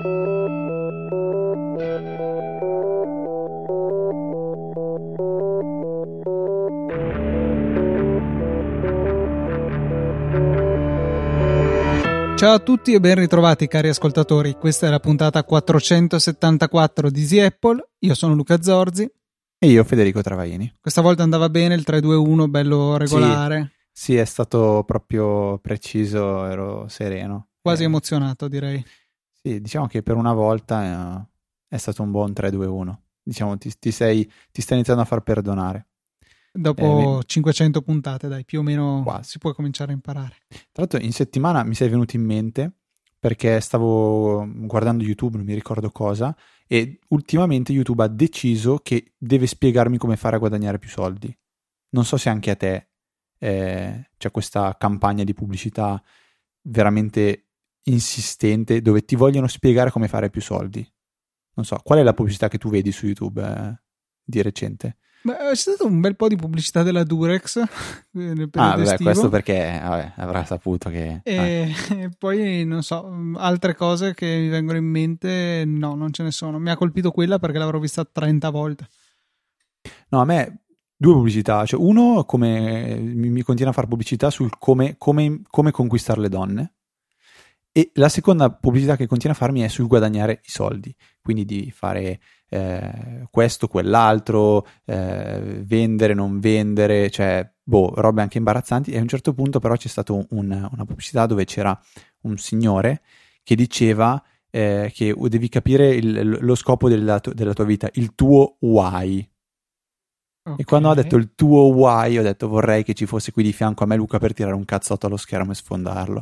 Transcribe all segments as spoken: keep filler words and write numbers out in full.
Ciao a tutti e ben ritrovati cari ascoltatori, questa è la puntata quattrocentosettantaquattro di Easy Apple, io sono Luca Zorzi. E io Federico Travaini. Questa volta andava bene il tre due uno, bello regolare. Sì, sì, è stato proprio preciso, ero sereno. Quasi eh, emozionato direi. Sì, diciamo che per una volta eh, è stato un buon tre due uno. Diciamo ti, ti, sei, ti stai iniziando a far perdonare. Dopo Eh, cinquecento puntate, dai, più o meno quasi. si può cominciare a imparare. Tra l'altro in settimana mi sei venuto in mente perché stavo guardando YouTube, non mi ricordo cosa, e ultimamente YouTube ha deciso che deve spiegarmi come fare a guadagnare più soldi. Non so se anche a te eh, c'è questa campagna di pubblicità veramente insistente dove ti vogliono spiegare come fare più soldi. Non so, qual è la pubblicità che tu vedi su YouTube eh, di recente? Beh, c'è stato un bel po' di pubblicità della Durex nel periodo Ah, vabbè, estivo. questo perché vabbè, avrà saputo che... E, e poi, non so, altre cose che mi vengono in mente, no, non ce ne sono. Mi ha colpito quella perché l'avrò vista trenta volte. No, a me due pubblicità, cioè uno come mi, mi continua a fare pubblicità sul come, come, come conquistare le donne, e la seconda pubblicità che continua a farmi è sul guadagnare i soldi, quindi di fare eh, questo, quell'altro, eh, vendere, non vendere, cioè boh, robe anche imbarazzanti. E a un certo punto però c'è stata un, una pubblicità dove c'era un signore che diceva eh, che devi capire il, lo scopo della, tu, della tua vita, il tuo why. Okay. E quando ha detto il tuo why ho detto vorrei che ci fosse qui di fianco a me Luca per tirare un cazzotto allo schermo e sfondarlo.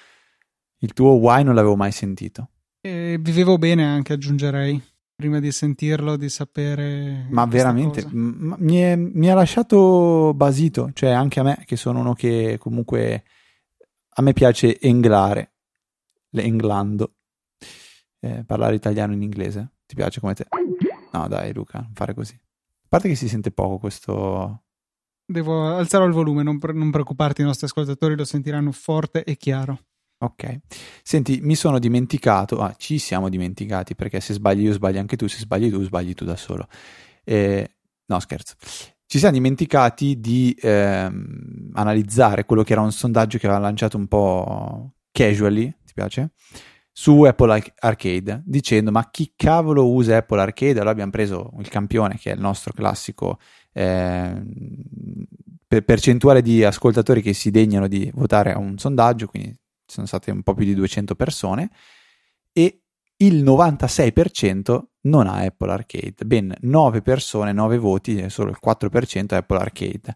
Il tuo why non l'avevo mai sentito. E vivevo bene anche, aggiungerei, prima di sentirlo, di sapere. Ma veramente m- mi, è, mi ha lasciato basito, cioè anche a me che sono uno che comunque a me piace englare, englando, eh, parlare italiano in inglese. Ti piace come te? No dai Luca, non fare così. A parte che si sente poco questo... Devo alzare il volume, non, pre- non preoccuparti, i nostri ascoltatori lo sentiranno forte e chiaro. Ok, senti, mi sono dimenticato, ah, ci siamo dimenticati, perché se sbagli io sbagli anche tu, se sbagli tu sbagli tu da solo. Eh, no, scherzo. Ci siamo dimenticati di ehm, analizzare quello che era un sondaggio che aveva lanciato un po' casually, ti piace? Su Apple Arcade, dicendo ma chi cavolo usa Apple Arcade? Allora abbiamo preso il campione, che è il nostro classico eh, per percentuale di ascoltatori che si degnano di votare a un sondaggio, quindi sono state un po' più di duecento persone, e il novantasei per cento non ha Apple Arcade. Ben nove persone, nove voti, e solo il quattro per cento è Apple Arcade.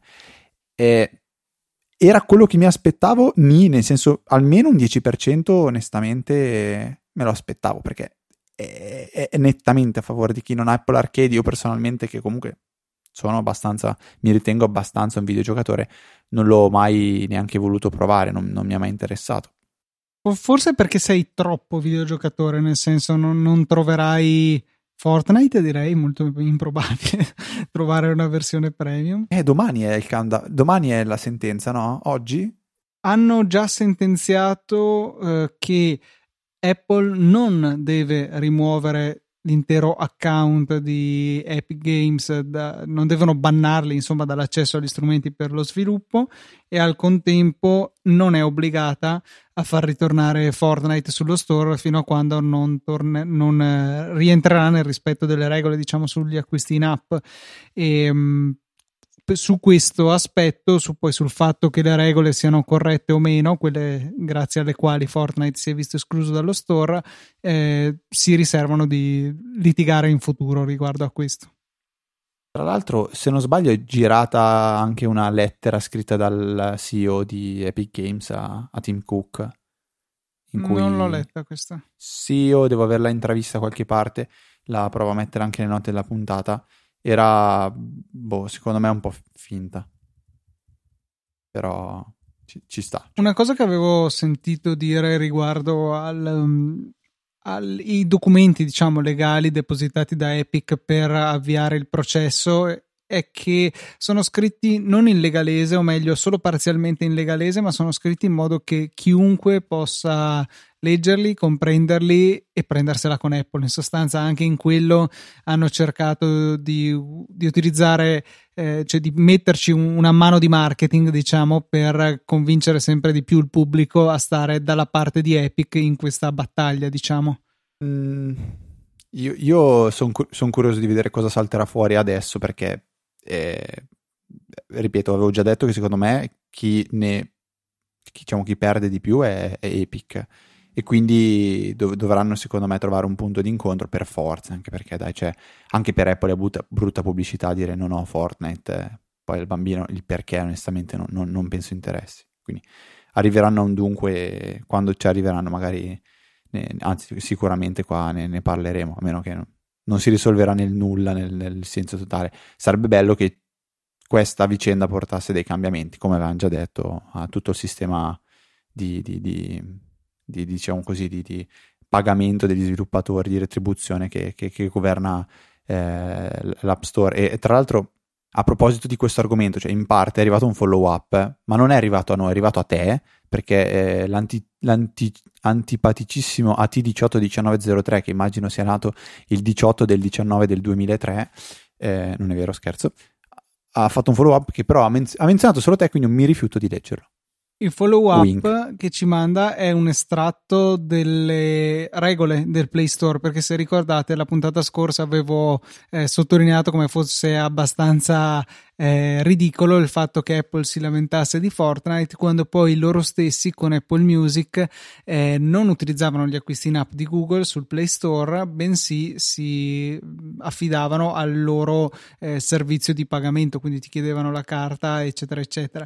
E era quello che mi aspettavo, nì, nel senso almeno un dieci per cento onestamente me lo aspettavo, perché è, è nettamente a favore di chi non ha Apple Arcade. Io personalmente, che comunque sono abbastanza, mi ritengo abbastanza un videogiocatore, non l'ho mai neanche voluto provare, non, non mi ha mai interessato. Forse perché sei troppo videogiocatore, nel senso non, non troverai Fortnite, direi molto improbabile trovare una versione premium. Eh, domani è il countdown, domani è la sentenza, no? Oggi? Hanno già sentenziato eh, che Apple non deve rimuovere l'intero account di Epic Games, da, non devono bannarli insomma dall'accesso agli strumenti per lo sviluppo, e al contempo non è obbligata a far ritornare Fortnite sullo store fino a quando non, torne, non eh, rientrerà nel rispetto delle regole, diciamo, sugli acquisti in app. E mh, su questo aspetto, su, poi sul fatto che le regole siano corrette o meno, quelle grazie alle quali Fortnite si è visto escluso dallo store, eh, si riservano di litigare in futuro riguardo a questo. Tra l'altro, se non sbaglio, è girata anche una lettera scritta dal C E O di Epic Games a, a Tim Cook. In cui non l'ho letta questa. Sì, io devo averla intravista da qualche parte, la provo a mettere anche nelle note della puntata. Era, boh, secondo me un po' finta, però ci, ci sta. Una cosa che avevo sentito dire riguardo al, um, ai documenti, diciamo, legali depositati da Epic per avviare il processo è che sono scritti non in legalese, o meglio solo parzialmente in legalese, ma sono scritti in modo che chiunque possa leggerli, comprenderli e prendersela con Apple. In sostanza anche in quello hanno cercato di, di utilizzare, eh, cioè di metterci un, una mano di marketing, diciamo, per convincere sempre di più il pubblico a stare dalla parte di Epic in questa battaglia, diciamo. Mm, io io sono son curioso di vedere cosa salterà fuori adesso, perché eh, ripeto, avevo già detto che secondo me chi ne chi, diciamo, chi perde di più è, è Epic, e quindi dov- dovranno secondo me trovare un punto di incontro per forza, anche perché dai, cioè, anche per Apple è brutta, brutta pubblicità dire non ho Fortnite, eh, poi il bambino il perché onestamente non, non, non penso interessi, quindi arriveranno a un dunque, quando ci arriveranno magari, ne, anzi sicuramente qua ne, ne parleremo, a meno che non, non si risolverà nel nulla, nel, nel senso totale. Sarebbe bello che questa vicenda portasse dei cambiamenti, come avevamo già detto, a tutto il sistema di, di, di, di diciamo così, di, di pagamento degli sviluppatori, di retribuzione che, che, che governa eh, l'App Store. E, e tra l'altro, a proposito di questo argomento, cioè in parte è arrivato un follow up, ma non è arrivato a noi, è arrivato a te, perché eh, l'anti, l'anti, antipaticissimo A T uno otto uno nove zero tre, che immagino sia nato il diciotto del diciannove del duemilatré, eh, non è vero, scherzo, ha fatto un follow up che però ha, menz- ha menzionato solo te, quindi non mi rifiuto di leggerlo. Il follow up Wink. che ci manda è un estratto delle regole del Play Store, perché se ricordate la puntata scorsa avevo eh, sottolineato come fosse abbastanza eh, ridicolo il fatto che Apple si lamentasse di Fortnite quando poi loro stessi con Apple Music eh, non utilizzavano gli acquisti in app di Google sul Play Store, bensì si affidavano al loro eh, servizio di pagamento, quindi ti chiedevano la carta eccetera eccetera.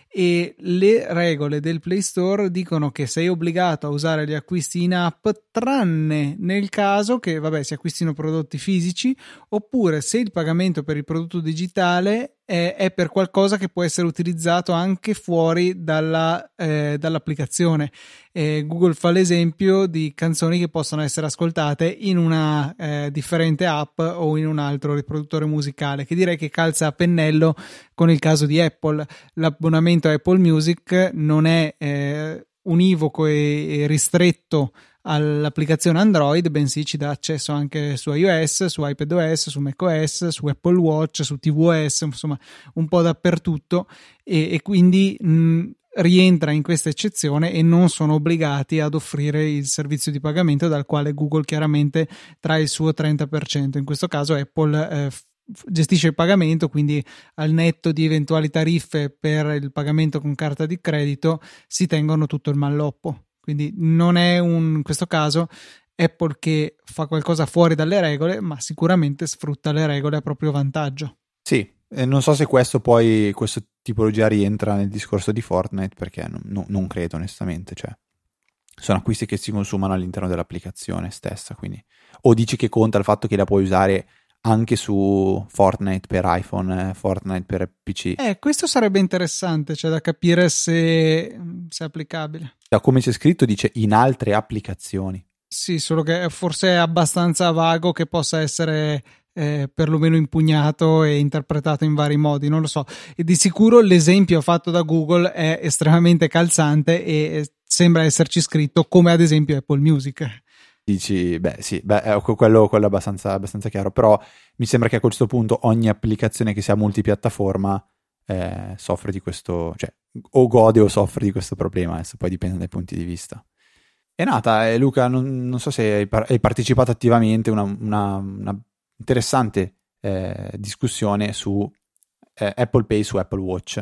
E le regole del Play Store dicono che sei obbligato a usare gli acquisti in app tranne nel caso che, vabbè, si acquistino prodotti fisici, oppure se il pagamento per il prodotto digitale è, è per qualcosa che può essere utilizzato anche fuori dalla, eh, dall'applicazione. Eh, Google fa l'esempio di canzoni che possono essere ascoltate in una eh, differente app o in un altro riproduttore musicale, che direi che calza a pennello con il caso di Apple. L'abbonamento a Apple Music non è eh, univoco e, e ristretto all'applicazione Android, bensì ci dà accesso anche su iOS, su iPadOS, su macOS, su Apple Watch, su tvOS, insomma un po' dappertutto, e, e quindi mh, rientra in questa eccezione e non sono obbligati ad offrire il servizio di pagamento dal quale Google chiaramente trae il suo trenta per cento. In questo caso Apple eh, gestisce il pagamento, quindi al netto di eventuali tariffe per il pagamento con carta di credito si tengono tutto il malloppo. Quindi non è un, in questo caso Apple che fa qualcosa fuori dalle regole, ma sicuramente sfrutta le regole a proprio vantaggio. Sì, e non so se questo poi, questa tipologia rientra nel discorso di Fortnite, perché non, non, non credo onestamente, cioè sono acquisti che si consumano all'interno dell'applicazione stessa, quindi o dici che conta il fatto che la puoi usare anche su Fortnite per iPhone, Fortnite per P C. Eh, questo sarebbe interessante, cioè da capire se, se è applicabile. Da come c'è scritto dice in altre applicazioni. Sì, solo che forse è abbastanza vago che possa essere eh, perlomeno impugnato e interpretato in vari modi, non lo so. E di sicuro l'esempio fatto da Google è estremamente calzante e sembra esserci scritto come ad esempio Apple Music. Dici, beh sì, beh, quello, quello è abbastanza, abbastanza chiaro, però mi sembra che a questo punto ogni applicazione che sia multipiattaforma eh, soffre di questo, cioè o gode o soffre di questo problema, adesso poi dipende dai punti di vista. È nata, eh, Luca, non, non so se hai, par- hai partecipato attivamente a una, una, una interessante eh, discussione su eh, Apple Pay su Apple Watch.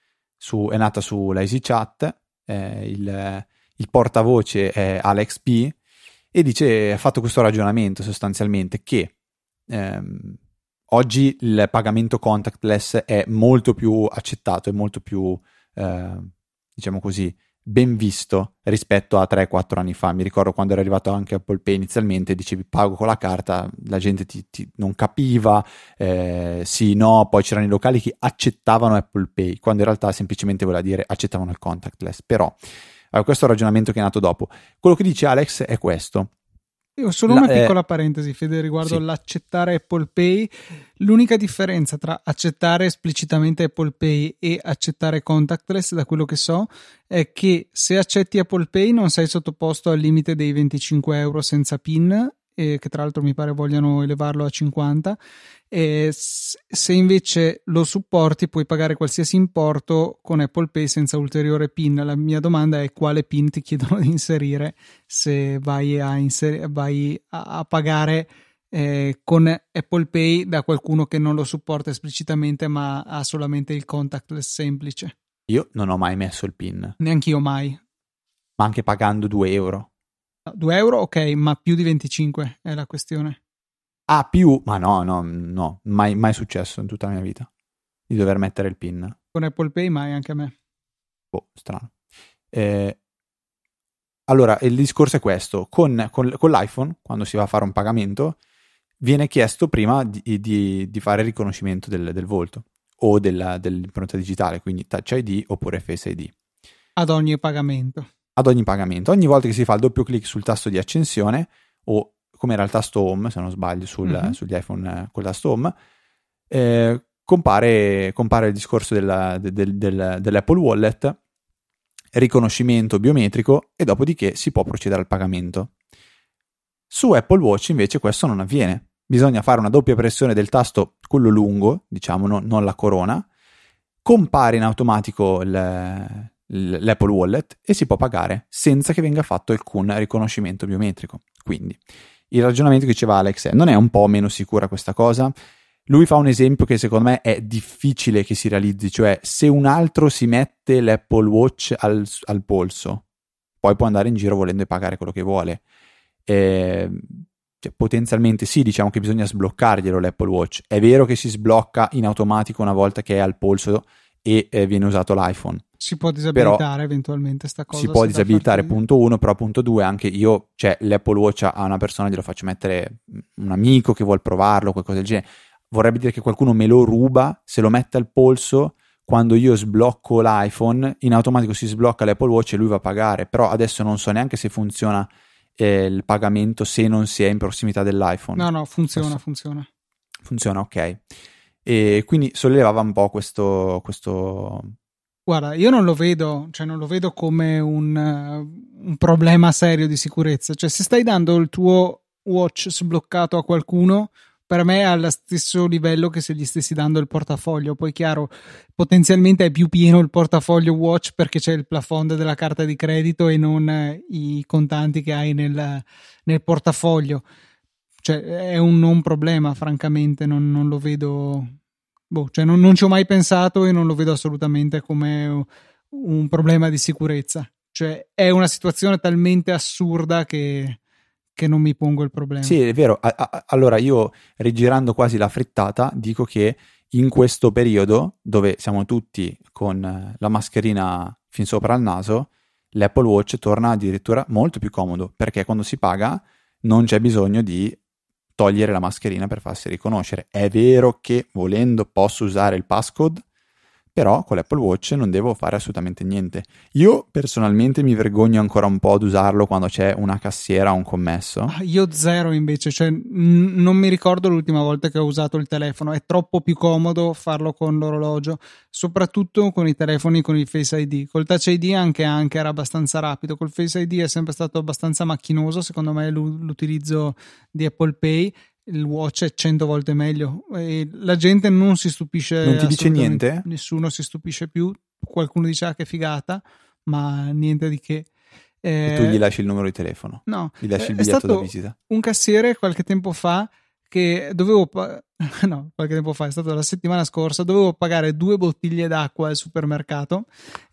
Su, è nata su EasyChat, eh, il, il portavoce è Alex P, e dice, ha fatto questo ragionamento sostanzialmente che ehm, oggi il pagamento contactless è molto più accettato, è molto più, eh, diciamo così, ben visto rispetto a tre quattro anni fa. Mi ricordo quando era arrivato anche Apple Pay inizialmente, dicevi pago con la carta, la gente ti, ti non capiva, eh, sì, no, poi c'erano i locali che accettavano Apple Pay, quando in realtà semplicemente voleva dire accettavano il contactless. Però allora, questo è il ragionamento che è nato dopo. Quello che dice Alex è questo. Io ho solo La, una piccola eh, parentesi, Fede, riguardo sì. l'accettare Apple Pay. L'unica differenza tra accettare esplicitamente Apple Pay e accettare contactless, da quello che so, è che se accetti Apple Pay non sei sottoposto al limite dei venticinque euro senza PIN, e che tra l'altro mi pare vogliano elevarlo a cinquanta. E se invece lo supporti puoi pagare qualsiasi importo con Apple Pay senza ulteriore PIN. La mia domanda è quale PIN ti chiedono di inserire se vai a, inser- vai a, a pagare eh, con Apple Pay da qualcuno che non lo supporta esplicitamente ma ha solamente il contactless semplice. Io non ho mai messo il PIN, Neanch'io mai. ma anche pagando due euro. No, due euro ok, ma più di venticinque è la questione. Ah, più? Ma no, no, no, mai, mai successo in tutta la mia vita di dover mettere il PIN. Con Apple Pay mai anche a me. Boh, strano. Eh, allora, il discorso è questo. Con, con, con l'iPhone, quando si va a fare un pagamento, viene chiesto prima di, di, di fare il riconoscimento del, del volto o della, dell'impronta digitale, quindi Touch I D oppure Face I D. Ad ogni pagamento. Ad ogni pagamento. Ogni volta che si fa il doppio clic sul tasto di accensione o come era il tasto home, se non sbaglio, sul, mm-hmm. sugli iPhone eh, col tasto home, eh, compare, compare il discorso della, del, del, dell'Apple Wallet, riconoscimento biometrico e dopodiché si può procedere al pagamento. Su Apple Watch invece questo non avviene. Bisogna fare una doppia pressione del tasto, quello lungo, diciamo, no, non la corona, compare in automatico il, l'Apple Wallet e si può pagare senza che venga fatto alcun riconoscimento biometrico. Quindi il ragionamento che diceva Alex è: non è un po' meno sicura questa cosa? Lui fa un esempio che secondo me è difficile che si realizzi, cioè se un altro si mette l'Apple Watch al, al polso, poi può andare in giro volendo pagare quello che vuole. Eh, cioè, potenzialmente sì, diciamo che bisogna sbloccarglielo l'Apple Watch. È vero che si sblocca in automatico una volta che è al polso e eh, viene usato l'iPhone. Si può disabilitare però eventualmente sta cosa. Si può disabilitare, punto uno, però punto due anche io, cioè l'Apple Watch a una persona glielo faccio mettere, un amico che vuol provarlo, qualcosa del genere, vorrebbe dire che qualcuno me lo ruba, se lo mette al polso, quando io sblocco l'iPhone, in automatico si sblocca l'Apple Watch e lui va a pagare, però adesso non so neanche se funziona eh, il pagamento se non si è in prossimità dell'iPhone. No, no, funziona, Adesso, funziona. Funziona, ok. E quindi sollevava un po' questo... questo Guarda, io non lo vedo, cioè non lo vedo come un, uh, un problema serio di sicurezza. Cioè, se stai dando il tuo watch sbloccato a qualcuno, per me è allo stesso livello che se gli stessi dando il portafoglio. Poi, chiaro, potenzialmente è più pieno il portafoglio watch perché c'è il plafond della carta di credito e non eh, i contanti che hai nel, nel portafoglio. Cioè, è un non problema, francamente, non, non lo vedo. Boh, cioè non, non ci ho mai pensato e non lo vedo assolutamente come un problema di sicurezza. Cioè è una situazione talmente assurda che, che non mi pongo il problema. Sì, è vero. A- a- allora io, rigirando quasi la frittata, dico che in questo periodo, dove siamo tutti con la mascherina fin sopra il naso, l'Apple Watch torna addirittura molto più comodo, perché quando si paga non c'è bisogno di togliere la mascherina per farsi riconoscere. È vero che volendo posso usare il passcode, però con l'Apple Watch non devo fare assolutamente niente. Io personalmente mi vergogno ancora un po' ad usarlo quando c'è una cassiera o un commesso. Ah, io zero invece, cioè n- non mi ricordo l'ultima volta che ho usato il telefono. È troppo più comodo farlo con l'orologio, soprattutto con i telefoni con il Face I D. Col Touch I D anche, anche era abbastanza rapido. Col Face I D è sempre stato abbastanza macchinoso, secondo me, l'utilizzo di Apple Pay. Il watch è cento volte meglio e la gente non si stupisce. Non ti dice niente? Nessuno si stupisce più. Qualcuno dice ah, che figata, ma niente di che. Eh, e tu gli lasci il numero di telefono? No, gli lasci il è biglietto stato da visita? Un cassiere qualche tempo fa che dovevo pa- no, qualche tempo fa, è stato la settimana scorsa, dovevo pagare due bottiglie d'acqua al supermercato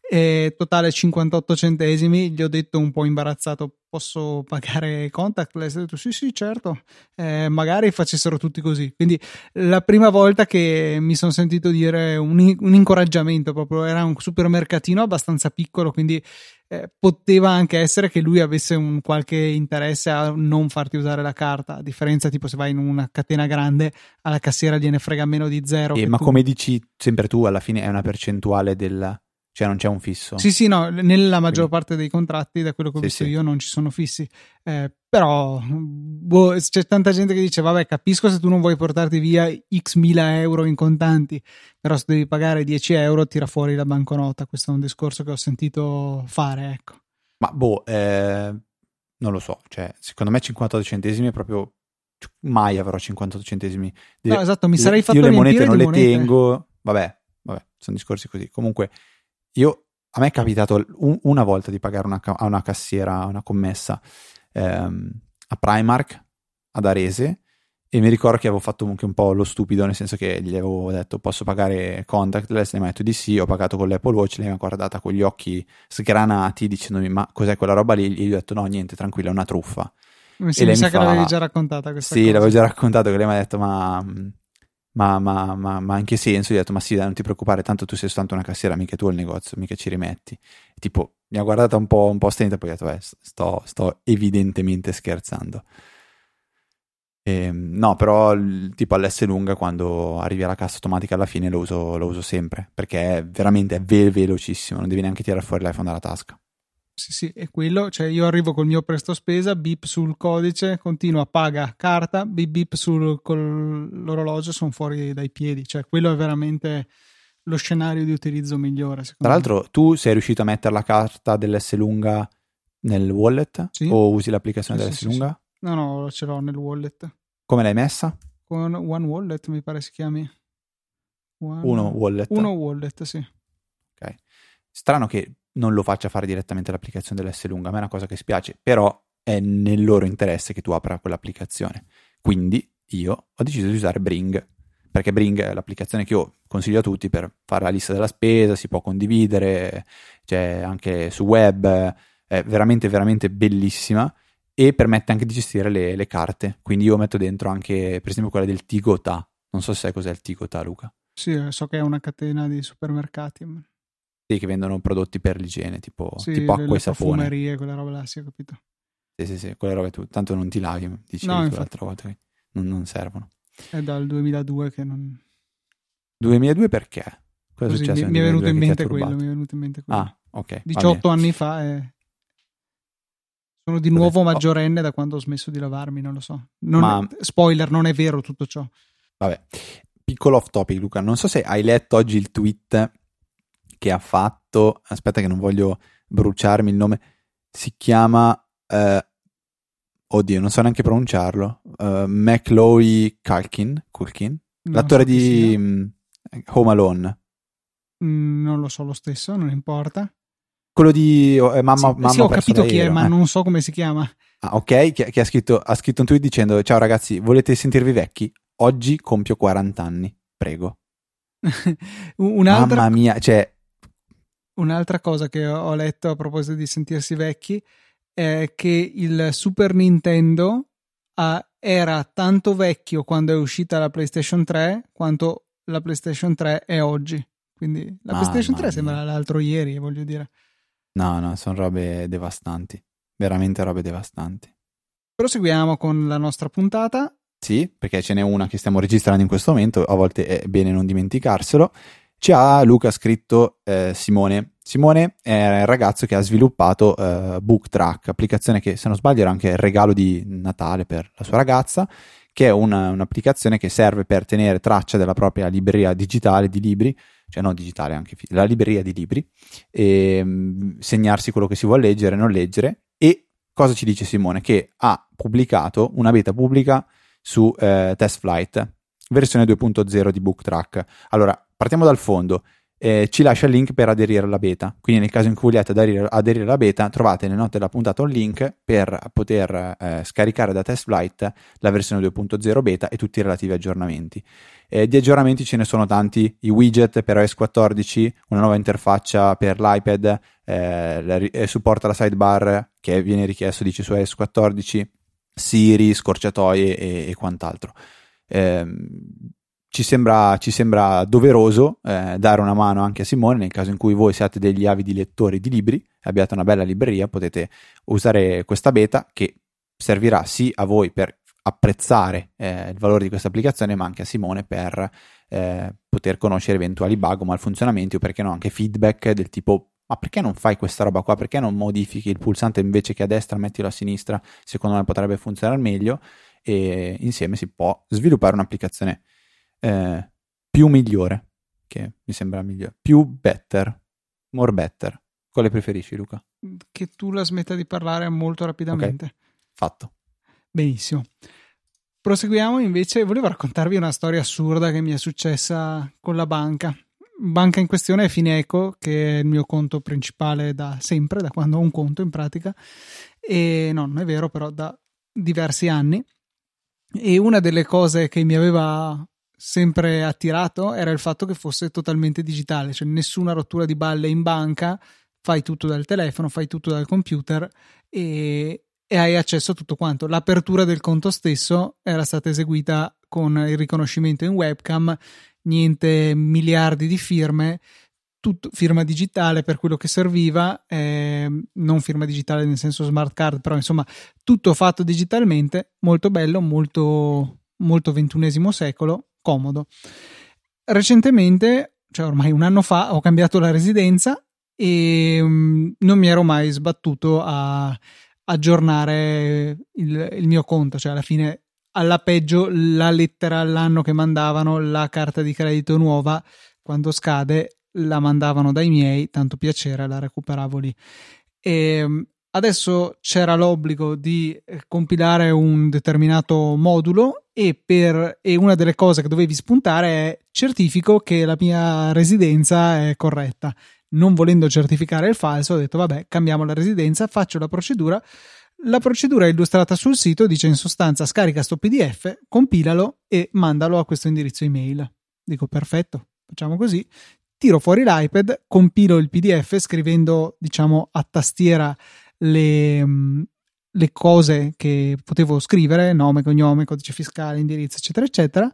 e totale cinquantotto centesimi. Gli ho detto un po' imbarazzato: posso pagare contactless? Ha detto sì sì certo, eh, magari facessero tutti così. Quindi la prima volta che mi sono sentito dire un, un incoraggiamento, proprio era un supermercatino abbastanza piccolo, quindi eh, poteva anche essere che lui avesse un qualche interesse a non farti usare la carta, a differenza tipo se vai in una catena grande alla cassiera gliene frega meno di zero. Eh, ma tu... come dici sempre tu, alla fine è una percentuale del... cioè non c'è un fisso? Sì, sì, no, nella maggior Quindi... parte dei contratti, da quello che ho sì, visto sì. io, non ci sono fissi. Eh, però, boh, c'è tanta gente che dice vabbè, capisco se tu non vuoi portarti via x mila euro in contanti, però se devi pagare dieci euro tira fuori la banconota. Questo è un discorso che ho sentito fare, ecco. Ma boh, eh, non lo so, cioè secondo me cinquantotto centesimi è proprio, mai avrò cinquantotto centesimi. No, esatto, mi sarei fatto io le monete non le monete. tengo, vabbè, vabbè, sono discorsi così. Comunque io, a me è capitato un, una volta di pagare una, a una cassiera, una commessa ehm, a Primark ad Arese, e mi ricordo che avevo fatto anche un po' lo stupido, nel senso che gli avevo detto posso pagare contactless, lei mi ha detto di sì, ho pagato con l'Apple Watch, lei mi ha guardata con gli occhi sgranati dicendomi ma cos'è quella roba lì, e gli ho detto no niente, tranquilla, è una truffa. Sì, e mi lei sa mi che fa, l'avevi già raccontata questa sì, cosa. l'avevo già raccontato, che lei mi ha detto ma, ma, ma, ma, ma in che senso? Gli ho detto ma sì dai, non ti preoccupare, tanto tu sei soltanto una cassiera, mica tu al negozio, mica ci rimetti. E tipo mi ha guardata un po', un po' stenta, poi ho detto beh, sto, sto evidentemente scherzando. E, no, però tipo all'S lunga quando arrivi alla cassa automatica alla fine lo uso, lo uso sempre, perché è veramente è ve- velocissimo, non devi neanche tirare fuori l'iPhone dalla tasca. Sì, sì, è quello, cioè io arrivo col mio presto spesa, bip sul codice, continua, paga, carta, bip bip sul, con l'orologio, sono fuori dai piedi, cioè quello è veramente lo scenario di utilizzo migliore, Tra secondo me. l'altro tu sei riuscito a mettere la carta dell'S lunga nel wallet? Sì? O usi l'applicazione Sì, dell'S sì, sì, sì. lunga? No, no, ce l'ho nel wallet. Come l'hai messa? Con One Wallet mi pare si chiami. One... Uno wallet. Uno Wallet, sì. Ok. Strano che non lo faccia fare direttamente l'applicazione dell'S lunga, a me è una cosa che spiace, però è nel loro interesse che tu apra quell'applicazione. Quindi io ho deciso di usare Bring, perché Bring è l'applicazione che io consiglio a tutti per fare la lista della spesa, si può condividere, c'è anche su web, è veramente veramente bellissima e permette anche di gestire le, le carte. Quindi io metto dentro anche, per esempio, quella del Tigotà. Non so se sai cos'è il Tigotà, Luca. Sì, so che è una catena di supermercati. Sì, che vendono prodotti per l'igiene, tipo, Sì, tipo le, acqua le e sapone. profumerie, quella roba là, sì, ho capito. Sì, sì, sì, quelle robe tu, tanto non ti lavi, dicevi No, tu infatti. l'altra volta che non, non servono. È dal duemiladue che non... duemiladue perché? Cosa Così è successo mi, nel mi è venuto in duemiladue che ti mente ha quello, turbato? mi è venuto in mente quello. Ah, ok. diciotto anni fa e sono di nuovo Vabbè. maggiorenne da quando ho smesso di lavarmi, non lo so. Non Ma... è, spoiler, non è vero tutto ciò. Vabbè, piccolo off topic, Luca, non so se hai letto oggi il tweet che ha fatto, aspetta che non voglio bruciarmi il nome, si chiama, eh, oddio, non so neanche pronunciarlo, uh, Macaulay Culkin, Culkin? Non L'attore so chi di sia. um, Home Alone. Mm, non lo so lo stesso, non importa. Quello di eh, mamma, Sì, mamma sì, ho perso capito chi è, l'aereo, ma eh. non so come si chiama. Ah, ok, che, che ha, scritto, ha scritto un tweet dicendo ciao ragazzi, volete sentirvi vecchi? Oggi compio quaranta anni, prego. Un'altra, Mamma mia, cioè... un'altra cosa che ho letto a proposito di sentirsi vecchi è che il Super Nintendo ha, era tanto vecchio quando è uscita la PlayStation tre quanto la PlayStation tre è oggi. Quindi la Mamma PlayStation tre mia. sembra l'altro ieri, voglio dire. No, no, sono robe devastanti, veramente robe devastanti. Proseguiamo con la nostra puntata. Sì, perché ce n'è una che stiamo registrando in questo momento, a volte è bene non dimenticarselo. Ci ha Luca scritto eh, Simone. Simone è il ragazzo che ha sviluppato eh, BookTrack, applicazione che se non sbaglio era anche il regalo di Natale per la sua ragazza, che è una, un'applicazione che serve per tenere traccia della propria libreria digitale di libri, cioè non digitale, anche la libreria di libri, e mh, segnarsi quello che si vuole leggere e non leggere. E cosa ci dice Simone? Che ha pubblicato una beta pubblica su eh, TestFlight, versione due punto zero di BookTrack. Allora, partiamo dal fondo. Eh, ci lascia il link per aderire alla beta, quindi nel caso in cui vogliate aderire, aderire alla beta trovate nelle note della puntata un link per poter eh, scaricare da TestFlight la versione due punto zero beta e tutti i relativi aggiornamenti. Eh, di aggiornamenti ce ne sono tanti: i widget per iOS quattordici, una nuova interfaccia per l'iPad, eh, la, eh, supporta la sidebar che viene richiesto, dice, su iOS quattordici, Siri, scorciatoie e, e quant'altro. Eh, Ci sembra, ci sembra doveroso eh, dare una mano anche a Simone nel caso in cui voi siate degli avidi lettori di libri e abbiate una bella libreria. Potete usare questa beta che servirà sì a voi per apprezzare eh, il valore di questa applicazione, ma anche a Simone per eh, poter conoscere eventuali bug o malfunzionamenti, o perché no anche feedback del tipo ma perché non fai questa roba qua? Perché non modifichi il pulsante invece che a destra mettilo a sinistra? Secondo me potrebbe funzionare meglio e insieme si può sviluppare un'applicazione eh, più migliore, che mi sembra migliore, più better, more better. Quale preferisci, Luca? Che tu la smetta di parlare molto rapidamente. Okay. Fatto. Benissimo. Proseguiamo invece, volevo raccontarvi una storia assurda che mi è successa con la banca. Banca in questione è Fineco, che è il mio conto principale da sempre, da quando ho un conto in pratica, e no, non è vero, però da diversi anni. E una delle cose che mi aveva sempre attirato era il fatto che fosse totalmente digitale, cioè nessuna rottura di balle in banca, fai tutto dal telefono, fai tutto dal computer e e hai accesso a tutto quanto. L'apertura del conto stesso era stata eseguita con il riconoscimento in webcam, niente miliardi di firme, tutto, firma digitale per quello che serviva, eh, non firma digitale nel senso smart card, però insomma tutto fatto digitalmente, molto bello, molto, molto ventunesimo secolo, comodo. Recentemente, cioè ormai un anno fa, ho cambiato la residenza e um, non mi ero mai sbattuto a aggiornare il, il mio conto, cioè alla fine alla peggio la lettera all'anno che mandavano, la carta di credito nuova quando scade la mandavano dai miei, tanto piacere, la recuperavo lì. E adesso c'era l'obbligo di compilare un determinato modulo e, per, e una delle cose che dovevi spuntare è certifico che la mia residenza è corretta. Non volendo certificare il falso, ho detto vabbè, cambiamo la residenza, faccio la procedura. La procedura è illustrata sul sito, dice in sostanza scarica sto P D F, compilalo e mandalo a questo indirizzo email. Dico perfetto, facciamo così. Tiro fuori l'iPad, compilo il P D F scrivendo, diciamo, a tastiera le, le cose che potevo scrivere, nome, cognome, codice fiscale, indirizzo, eccetera, eccetera,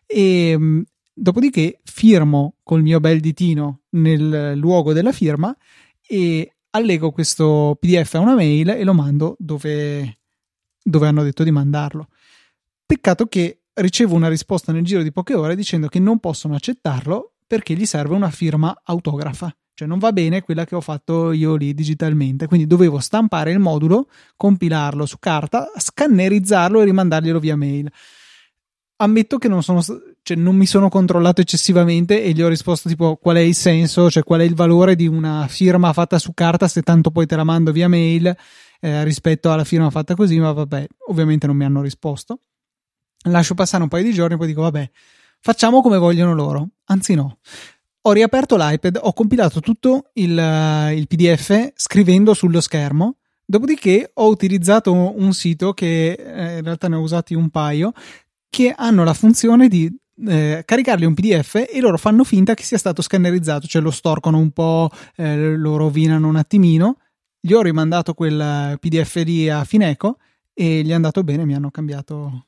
e dopodiché firmo col mio bel ditino nel luogo della firma e allego questo P D F a una mail e lo mando dove, dove hanno detto di mandarlo. Peccato che ricevo una risposta nel giro di poche ore dicendo che non possono accettarlo perché gli serve una firma autografa, cioè non va bene quella che ho fatto io lì digitalmente, quindi dovevo stampare il modulo, compilarlo su carta, scannerizzarlo e rimandarglielo via mail. Ammetto che non sono, cioè non mi sono controllato eccessivamente e gli ho risposto tipo qual è il senso, cioè qual è il valore di una firma fatta su carta se tanto poi te la mando via mail eh, rispetto alla firma fatta così, ma vabbè, ovviamente non mi hanno risposto. Lascio passare un paio di giorni e poi dico vabbè, facciamo come vogliono loro, anzi no. Ho riaperto l'iPad, ho compilato tutto il, il P D F scrivendo sullo schermo, dopodiché ho utilizzato un sito che eh, in realtà ne ho usati un paio, che hanno la funzione di eh, caricargli un P D F e loro fanno finta che sia stato scannerizzato, cioè lo storcono un po', eh, lo rovinano un attimino. Gli ho rimandato quel P D F lì a Fineco e gli è andato bene, mi hanno cambiato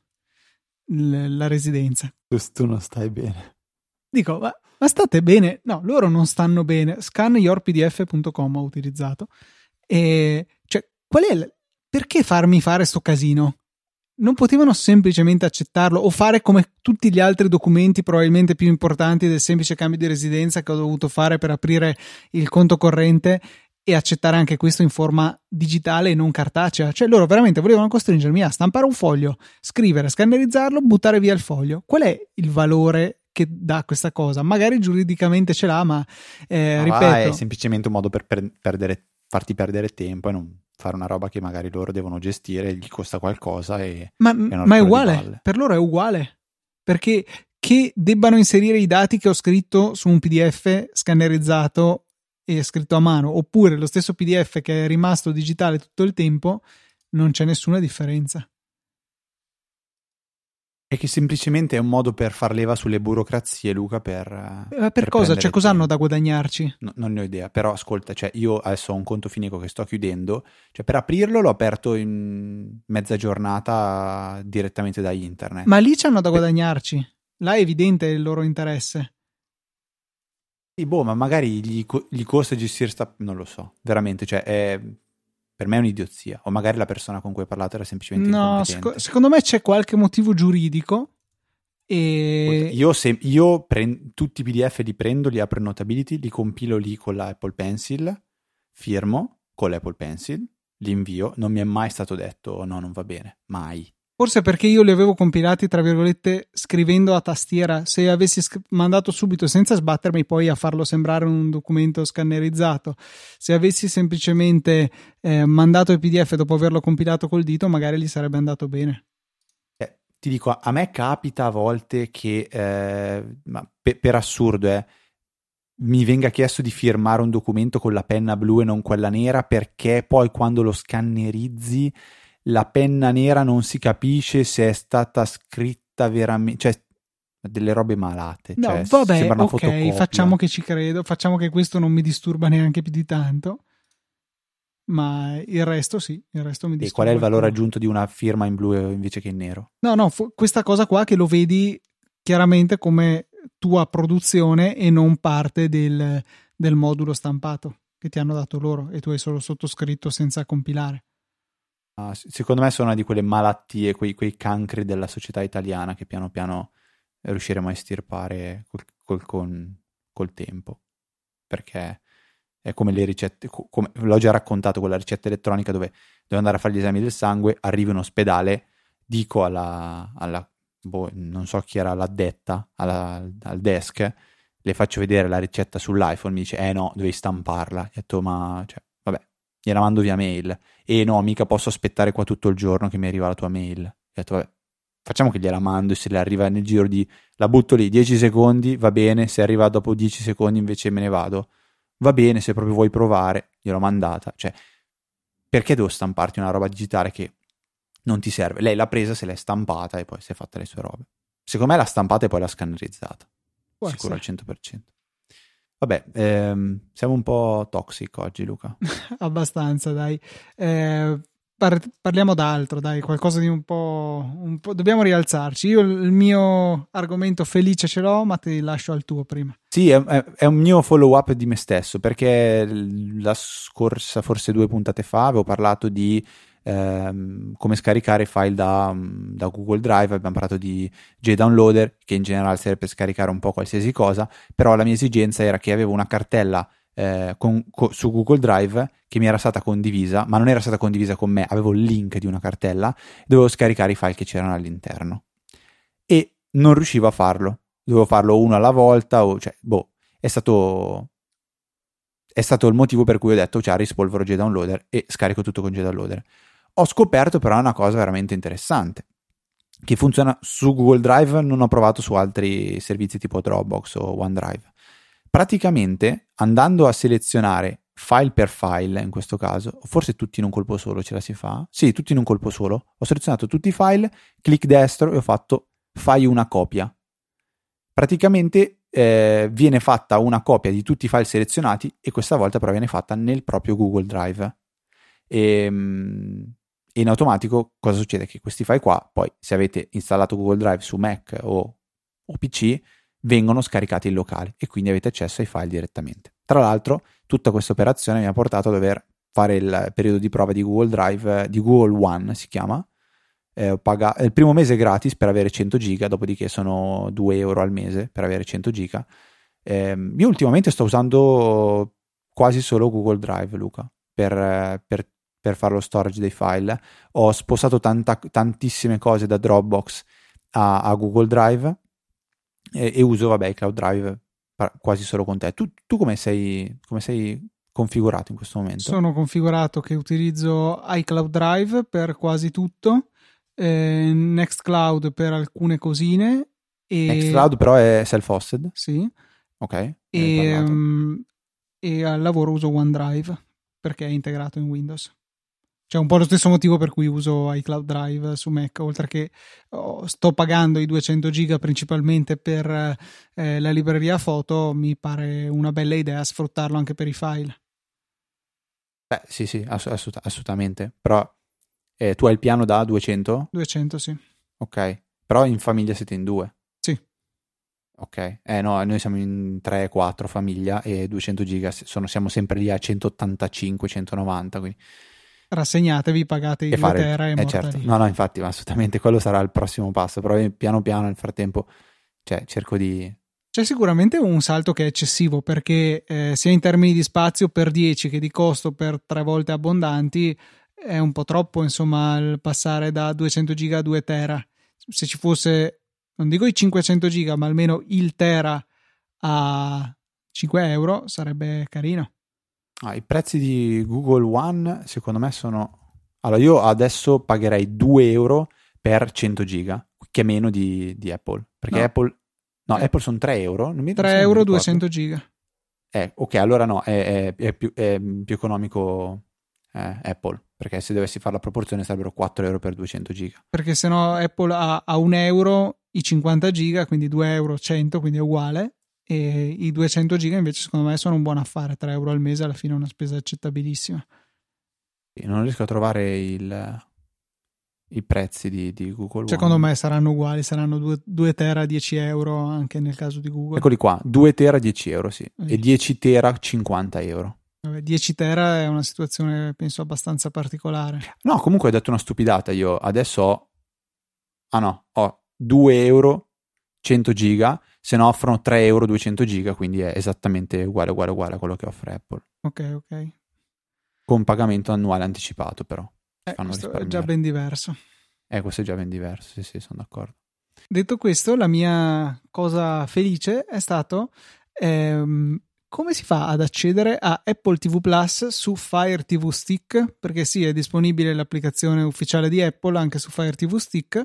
l- la residenza. Tu non stai bene. Dico, ma, ma state bene? No, loro non stanno bene. scan your p d f punto com ho utilizzato. E cioè, qual è l- perché farmi fare sto casino? Non potevano semplicemente accettarlo o fare come tutti gli altri documenti probabilmente più importanti del semplice cambio di residenza che ho dovuto fare per aprire il conto corrente e accettare anche questo in forma digitale e non cartacea? Cioè loro veramente volevano costringermi a stampare un foglio, scrivere, scannerizzarlo, buttare via il foglio. Qual è il valore che dà questa cosa? Magari giuridicamente ce l'ha, ma eh, ma ripeto, va, è semplicemente un modo per per- perdere, farti perdere tempo e non fare una roba che magari loro devono gestire, gli costa qualcosa e, ma, e ma è uguale, per loro è uguale, perché che debbano inserire i dati che ho scritto su un P D F scannerizzato e scritto a mano, oppure lo stesso P D F che è rimasto digitale tutto il tempo, non c'è nessuna differenza. È che semplicemente è un modo per far leva sulle burocrazie, Luca, per Eh, per, per cosa? Cioè cosa hanno da guadagnarci? No, non ne ho idea, però ascolta, cioè io adesso ho un conto Fineco che sto chiudendo, cioè per aprirlo l'ho aperto in mezza giornata direttamente da internet. Ma lì c'hanno da guadagnarci, là è evidente il loro interesse. Sì, boh, ma magari gli, gli costa gestire sta... non lo so, veramente, cioè è... per me è un'idiozia, o magari la persona con cui hai parlato era semplicemente no, incompetente. Sec- secondo me c'è qualche motivo giuridico e... Io, se, io prendo tutti i P D F li prendo, li apro in Notability, li compilo lì con la Apple Pencil, firmo con l'Apple Pencil, li invio, non mi è mai stato detto no, non va bene, mai. Forse perché io li avevo compilati, tra virgolette, scrivendo a tastiera. Se avessi sc- mandato subito senza sbattermi poi a farlo sembrare un documento scannerizzato, se avessi semplicemente eh, mandato il P D F dopo averlo compilato col dito, magari gli sarebbe andato bene. Eh, ti dico, a me capita a volte che, eh, ma per, per assurdo, eh, mi venga chiesto di firmare un documento con la penna blu e non quella nera, perché poi quando lo scannerizzi la penna nera non si capisce se è stata scritta veramente, cioè delle robe malate. No, cioè, vabbè, sembra una ok, fotocopia. facciamo che ci credo, facciamo che questo non mi disturba neanche più di tanto, ma il resto sì, il resto mi E disturba. qual è il valore ancora. aggiunto di una firma in blu invece che in nero? No, no, fu- questa cosa qua che lo vedi chiaramente come tua produzione e non parte del, del modulo stampato che ti hanno dato loro e tu hai solo sottoscritto senza compilare. Uh, secondo me sono una di quelle malattie, quei, quei cancri della società italiana che piano piano riusciremo a estirpare col, col, con, col tempo, perché è come le ricette, come, l'ho già raccontato, quella ricetta elettronica dove devo andare a fare gli esami del sangue, arrivo in ospedale, dico alla, alla boh, non so chi era l'addetta alla, al desk, le faccio vedere la ricetta sull'iPhone, mi dice eh no, devi stamparla. Ho detto ma cioè, vabbè, gliela mando via mail. E no, mica posso aspettare qua tutto il giorno che mi arriva la tua mail. Ho detto vabbè, facciamo che gliela mando e se le arriva nel giro di, la butto lì dieci secondi, va bene, se arriva dopo dieci secondi invece me ne vado, va bene, se proprio vuoi provare, gliel'ho mandata. Cioè, perché devo stamparti una roba digitale che non ti serve? Lei l'ha presa, se l'è stampata e poi si è fatta le sue robe. Secondo me l'ha stampata e poi l'ha scannerizzata. Può Sicuro essere. al cento per cento. Vabbè, ehm, siamo un po' toxic oggi, Luca. Abbastanza, dai. Eh, par- parliamo d'altro, dai, qualcosa di un po', un po'... Dobbiamo rialzarci. Io il mio argomento felice ce l'ho, ma ti lascio al tuo prima. Sì, è, è, è un mio follow up di me stesso, perché la scorsa, forse due puntate fa, avevo parlato di ehm, come scaricare i file da, da Google Drive, abbiamo parlato di JDownloader, che in generale serve per scaricare un po' qualsiasi cosa, però la mia esigenza era che avevo una cartella eh, con, co, su Google Drive che mi era stata condivisa, ma non era stata condivisa con me, avevo il link di una cartella, dovevo scaricare i file che c'erano all'interno e non riuscivo a farlo. Dovevo farlo uno alla volta, o, cioè, boh, è stato è stato il motivo per cui ho detto ciao, rispolvero JDownloader e scarico tutto con JDownloader. Ho scoperto però una cosa veramente interessante, che funziona su Google Drive, non ho provato su altri servizi tipo Dropbox o OneDrive. Praticamente, andando a selezionare file per file, in questo caso, forse tutti in un colpo solo ce la si fa? Sì, tutti in un colpo solo. Ho selezionato tutti i file, clic destro e ho fatto fai una copia. Praticamente eh, viene fatta una copia di tutti i file selezionati e questa volta però viene fatta nel proprio Google Drive. E, e in automatico cosa succede? Che questi file qua, poi se avete installato Google Drive su Mac o, o P C, vengono scaricati in locale e quindi avete accesso ai file direttamente. Tra l'altro, tutta questa operazione mi ha portato a dover fare il periodo di prova di Google Drive, di Google One si chiama. Eh, paga, il primo mese è gratis per avere cento giga, dopodiché sono due euro al mese per avere cento giga. Eh, io ultimamente sto usando quasi solo Google Drive, Luca, per, per, per fare lo storage dei file. Ho spostato tanta, tantissime cose da Dropbox a, a Google Drive e, e uso, vabbè, Cloud Drive quasi solo con te. Tu, tu come sei, come sei configurato in questo momento? Sono configurato che utilizzo iCloud Drive per quasi tutto, eh, Nextcloud per alcune cosine. E... Nextcloud però è self-hosted? Sì. Ok. E, um, e al lavoro uso OneDrive perché è integrato in Windows. C'è un po' lo stesso motivo per cui uso iCloud Drive su Mac, oltre che oh, sto pagando i duecento giga principalmente per eh, la libreria foto, mi pare una bella idea sfruttarlo anche per i file. Beh, sì, sì, ass- assolut- assolutamente. Però eh, tu hai il piano da duecento? duecento, sì. Ok, però in famiglia siete in due? Sì. Ok, eh no, noi siamo in tre quattro famiglia e duecento giga sono, siamo sempre lì a centottantacinque centonovanta, quindi... Rassegnatevi, pagate i due fare, tera e eh, morta certo. lì. No, no, infatti, ma assolutamente quello sarà il prossimo passo, però piano piano nel frattempo, cioè, cerco di, C'è sicuramente un salto che è eccessivo, perché eh, sia in termini di spazio per dieci che di costo per tre volte abbondanti è un po' troppo, insomma, il passare da duecento giga a due tera. Se ci fosse, non dico i cinquecento giga, ma almeno il tera a cinque euro sarebbe carino. Ah, i prezzi di Google One secondo me sono... Allora io adesso pagherei due euro per cento giga, che è meno di, di Apple, perché No. Apple... No, Eh. Apple sono tre euro. Non mi, tre euro duecento giga. Eh, ok, allora no, è, è, è, più, è più economico eh, Apple, perché se dovessi fare la proporzione sarebbero quattro euro per duecento giga. Perché sennò Apple ha a un euro i cinquanta giga, quindi due euro cento, quindi è uguale. E i duecento giga invece secondo me sono un buon affare, tre euro al mese alla fine è una spesa accettabilissima. Non riesco a trovare il, i prezzi di, di Google Secondo One. me saranno uguali, saranno due tera a dieci euro anche nel caso di Google. Eccoli qua, due tera dieci euro, sì, sì. E dieci tera cinquanta euro. Vabbè, dieci tera è una situazione penso abbastanza particolare. No, comunque ho detto una stupidata, io adesso ho ah no, ho due euro cento giga, se no offrono tre euro duecento giga, quindi è esattamente uguale uguale uguale a quello che offre Apple. Ok, ok. Con pagamento annuale anticipato, però. Eh, questo è già ben diverso. Eh, questo è già ben diverso, sì, sì, sono d'accordo. Detto questo, la mia cosa felice è stato ehm, come si fa ad accedere a Apple ti vu Plus su Fire ti vu Stick, perché sì, è disponibile l'applicazione ufficiale di Apple anche su Fire ti vu Stick,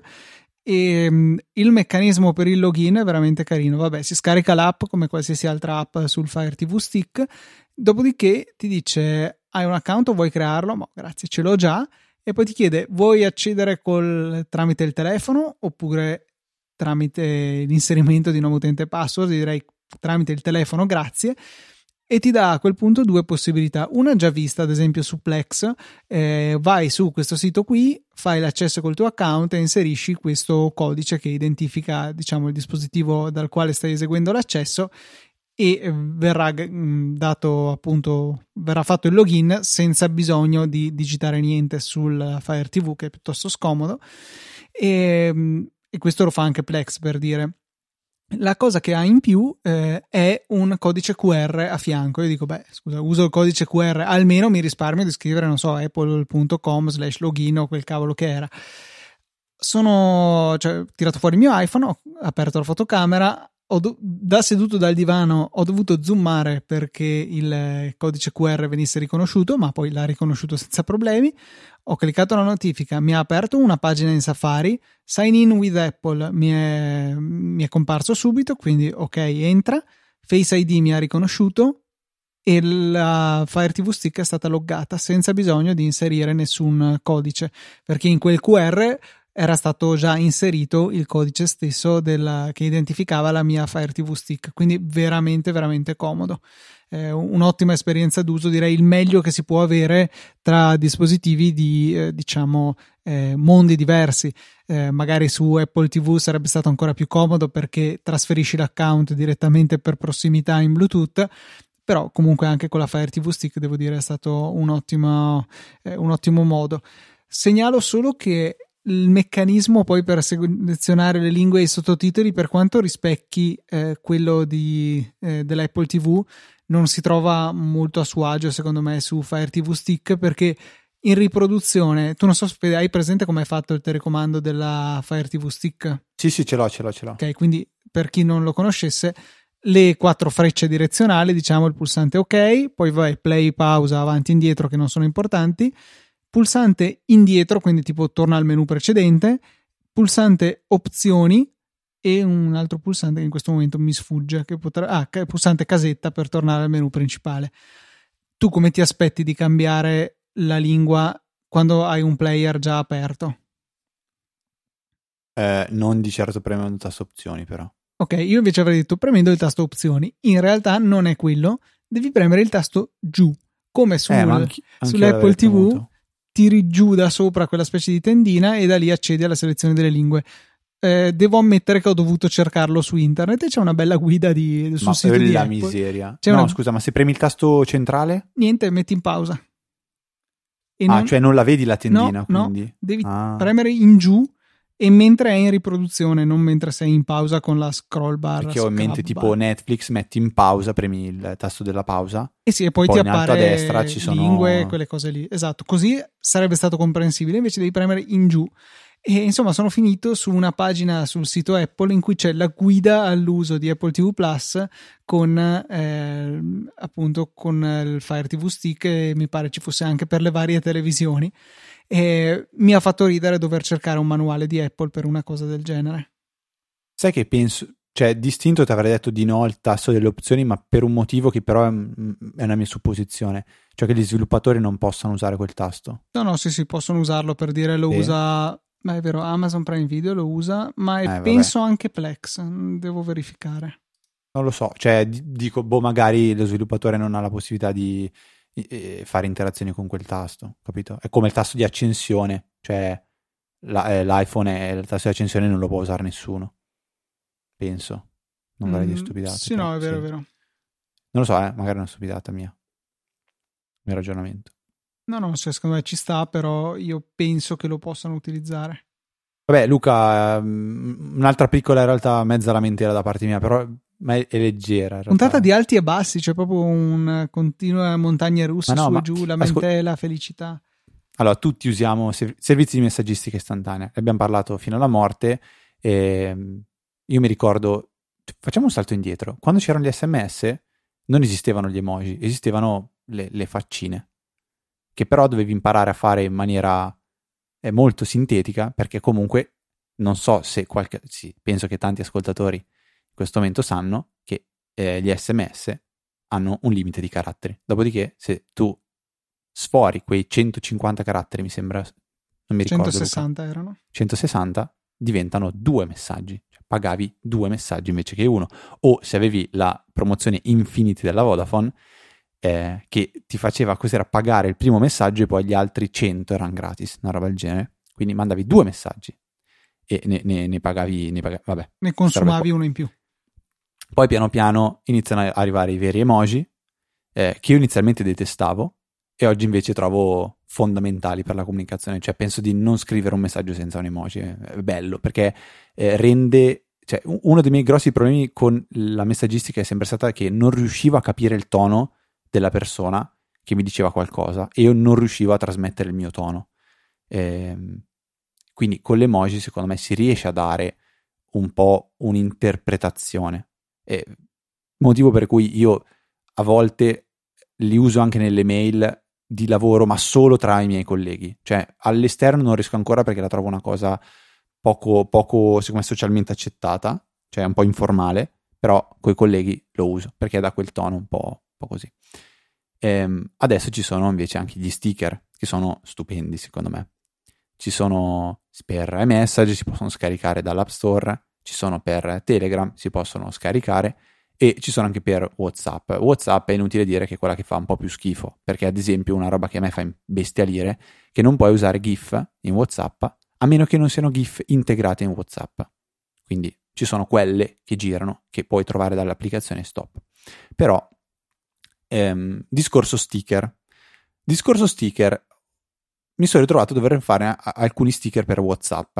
e um, il meccanismo per il login è veramente carino. Vabbè, si scarica l'app come qualsiasi altra app sul Fire ti vu Stick, dopodiché ti dice hai un account o vuoi crearlo? Ma grazie, ce l'ho già. E poi ti chiede vuoi accedere col, tramite il telefono oppure tramite l'inserimento di nuovo utente e password. Direi tramite il telefono, grazie. E ti dà a quel punto due possibilità, una già vista ad esempio su Plex, eh, vai su questo sito qui, fai l'accesso col tuo account e inserisci questo codice che identifica, diciamo, il dispositivo dal quale stai eseguendo l'accesso, e verrà dato appunto verrà fatto il login senza bisogno di digitare niente sul Fire ti vu, che è piuttosto scomodo, e, e questo lo fa anche Plex, per dire. La cosa che ha in più eh, è un codice Q R a fianco. Io dico, beh, scusa, uso il codice Q R, almeno mi risparmio di scrivere, non so, apple punto com slash login o quel cavolo che era. Sono, cioè, ho tirato fuori il mio iPhone, ho aperto la fotocamera, ho do- da seduto dal divano ho dovuto zoomare perché il codice Q R venisse riconosciuto, ma poi l'ha riconosciuto senza problemi. Ho cliccato la notifica, mi ha aperto una pagina in Safari, sign in with Apple mi è, mi è comparso subito, quindi ok, entra, Face I D mi ha riconosciuto e la Fire ti vu Stick è stata loggata senza bisogno di inserire nessun codice, perché in quel Q R era stato già inserito il codice stesso della, che identificava la mia Fire ti vu Stick, quindi veramente veramente comodo. Eh, un'ottima esperienza d'uso, direi il meglio che si può avere tra dispositivi di eh, diciamo eh, mondi diversi. Eh, magari su Apple ti vu sarebbe stato ancora più comodo perché trasferisci l'account direttamente per prossimità in Bluetooth, però comunque anche con la Fire ti vu Stick devo dire è stato un ottimo, eh, un ottimo modo. Segnalo solo che il meccanismo poi per selezionare le lingue e i sottotitoli, per quanto rispecchi eh, quello di, eh, dell'Apple ti vu, non si trova molto a suo agio secondo me su Fire ti vu Stick, perché in riproduzione, tu non so se hai presente come è fatto il telecomando della Fire ti vu Stick? Sì, sì, ce l'ho, ce l'ho, ce l'ho. Ok, quindi per chi non lo conoscesse, le quattro frecce direzionali, diciamo il pulsante ok, poi vai play, pausa, avanti, indietro, che non sono importanti, pulsante indietro, quindi tipo torna al menu precedente, pulsante opzioni e un altro pulsante che in questo momento mi sfugge, che potrà, ah, pulsante casetta per tornare al menu principale. Tu come ti aspetti di cambiare la lingua quando hai un player già aperto? Eh, non di certo premendo il tasto opzioni, però. Ok, io invece avrei detto premendo il tasto opzioni. In realtà non è quello, devi premere il tasto giù, come sul, eh, anche, anche sull'Apple ti vu. Tiri giù da sopra quella specie di tendina e da lì accedi alla selezione delle lingue. Eh, devo ammettere che ho dovuto cercarlo su internet e c'è una bella guida di, sul ma sito per di la Apple. Miseria. C'è no, una... scusa, ma se premi il tasto centrale? Niente, metti in pausa. E ah, non... cioè non la vedi la tendina, no, quindi? No, devi ah. premere in giù e mentre è in riproduzione, non mentre sei in pausa con la scroll bar. Perché ho in mente tipo bar. Netflix, metti in pausa, premi il tasto della pausa. E sì, e poi, poi ti in alto appare a destra ci sono lingue, quelle cose lì. Esatto, così sarebbe stato comprensibile, invece devi premere in giù. E insomma sono finito su una pagina sul sito Apple in cui c'è la guida all'uso di Apple ti vu Plus con eh, appunto con il Fire ti vu Stick, e mi pare ci fosse anche per le varie televisioni, e mi ha fatto ridere dover cercare un manuale di Apple per una cosa del genere. Sai che penso, cioè distinto ti avrei detto di no al tasto delle opzioni, ma per un motivo che però è, è una mia supposizione, cioè che gli sviluppatori non possano usare quel tasto. No, no, sì, sì, possono usarlo, per dire lo sì. usa... Ma è vero, Amazon Prime Video lo usa, ma è, eh, penso anche Plex, devo verificare. Non lo so, cioè dico, boh, magari lo sviluppatore non ha la possibilità di eh, fare interazioni con quel tasto, capito? È come il tasto di accensione, cioè la, eh, l'iPhone e il tasto di accensione non lo può usare nessuno, penso. Non vorrei mm, dire stupidate. Sì, no, è vero, sì. è vero. Non lo so, eh, magari è una stupidata mia. Mio ragionamento. No, no, cioè, secondo me ci sta, però io penso che lo possano utilizzare. Vabbè, Luca, um, un'altra piccola in realtà mezza lamentela da parte mia, però ma è, è leggera. In Puntata di alti e bassi, cioè proprio una continua montagna russa, no, su ma, e giù, lamentela, ascol- felicità. Allora, tutti usiamo servizi di messaggistica istantanea, ne abbiamo parlato fino alla morte, e io mi ricordo, facciamo un salto indietro, quando c'erano gli sms non esistevano gli emoji, esistevano le, le faccine, che però dovevi imparare a fare in maniera eh, molto sintetica, perché comunque non so se qualche, sì, penso che tanti ascoltatori in questo momento sanno che eh, gli sms hanno un limite di caratteri, dopodiché se tu sfori quei centocinquanta caratteri, mi sembra, non mi ricordo, centosessanta Luca, erano. centosessanta diventano due messaggi, cioè pagavi due messaggi invece che uno, o se avevi la promozione Infinity della Vodafone eh, che ti faceva cos'era pagare il primo messaggio e poi gli altri cento erano gratis, una roba del genere, quindi mandavi due messaggi e ne, ne, ne pagavi, ne pagavi, vabbè, ne consumavi uno in più. Poi piano piano iniziano ad arrivare i veri emoji eh, che io inizialmente detestavo e oggi invece trovo fondamentali per la comunicazione, cioè penso di non scrivere un messaggio senza un emoji, è bello perché eh, rende, cioè uno dei miei grossi problemi con la messaggistica è sempre stata che non riuscivo a capire il tono della persona che mi diceva qualcosa e io non riuscivo a trasmettere il mio tono, eh, quindi con l'emoji secondo me si riesce a dare un po' un'interpretazione, eh, motivo per cui io a volte li uso anche nelle mail di lavoro, ma solo tra i miei colleghi, cioè all'esterno non riesco ancora perché la trovo una cosa poco, poco secondo me socialmente accettata, cioè un po' informale, però coi colleghi lo uso perché dà quel tono un po', un po' così. Ehm, adesso ci sono invece anche gli sticker che sono stupendi secondo me, ci sono per iMessage, si possono scaricare dall'App Store, ci sono per Telegram, si possono scaricare e ci sono anche per WhatsApp. WhatsApp è inutile dire che è quella che fa un po' più schifo, perché ad esempio una roba che a me fa imbestialire, che non puoi usare GIF in WhatsApp a meno che non siano GIF integrate in WhatsApp. Quindi ci sono quelle che girano, che puoi trovare dall'applicazione Stop. Però, ehm, discorso sticker. Discorso sticker, mi sono ritrovato a dover fare a- alcuni sticker per WhatsApp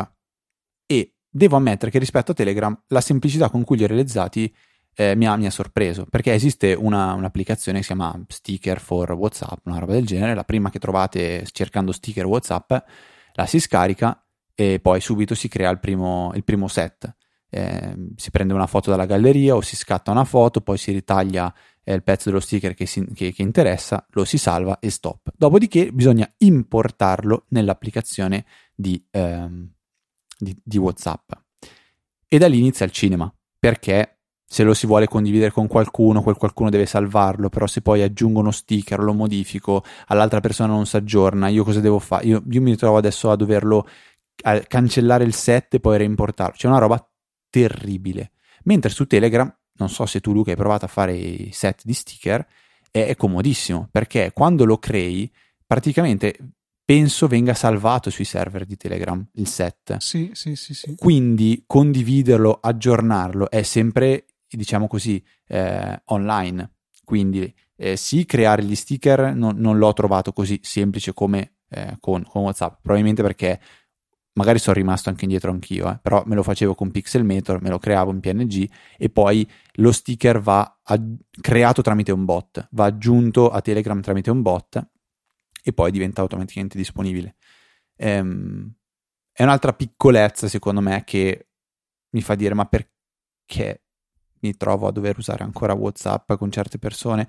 e devo ammettere che rispetto a Telegram la semplicità con cui li ho realizzati Eh, mi, ha, mi ha sorpreso, perché esiste una, un'applicazione che si chiama Sticker for WhatsApp, una roba del genere, la prima che trovate cercando sticker WhatsApp, la si scarica e poi subito si crea il primo, il primo set, eh, si prende una foto dalla galleria o si scatta una foto, poi si ritaglia eh, il pezzo dello sticker che, si, che, che interessa, lo si salva e stop. Dopodiché bisogna importarlo nell'applicazione di, ehm, di, di WhatsApp e da lì inizia il cinema, perché se lo si vuole condividere con qualcuno, quel qualcuno deve salvarlo, però se poi aggiungo uno sticker, lo modifico, all'altra persona non si aggiorna, io cosa devo fare? Io, io mi ritrovo adesso a doverlo a cancellare il set e poi reimportarlo. C'è una roba terribile. Mentre su Telegram, non so se tu Luca hai provato a fare i set di sticker, è, è comodissimo, perché quando lo crei, praticamente penso venga salvato sui server di Telegram il set. Sì, sì, sì, sì. Quindi condividerlo, aggiornarlo è sempre, diciamo così, eh, online. Quindi eh, sì, creare gli sticker non, non l'ho trovato così semplice come eh, con, con WhatsApp, probabilmente perché magari sono rimasto anche indietro anch'io, eh, però me lo facevo con Pixelmator, me lo creavo in P N G e poi lo sticker va ag- creato tramite un bot, va aggiunto a Telegram tramite un bot e poi diventa automaticamente disponibile. Ehm, è un'altra piccolezza secondo me che mi fa dire ma perché mi trovo a dover usare ancora WhatsApp con certe persone?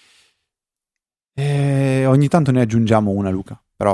E ogni tanto ne aggiungiamo una, Luca, però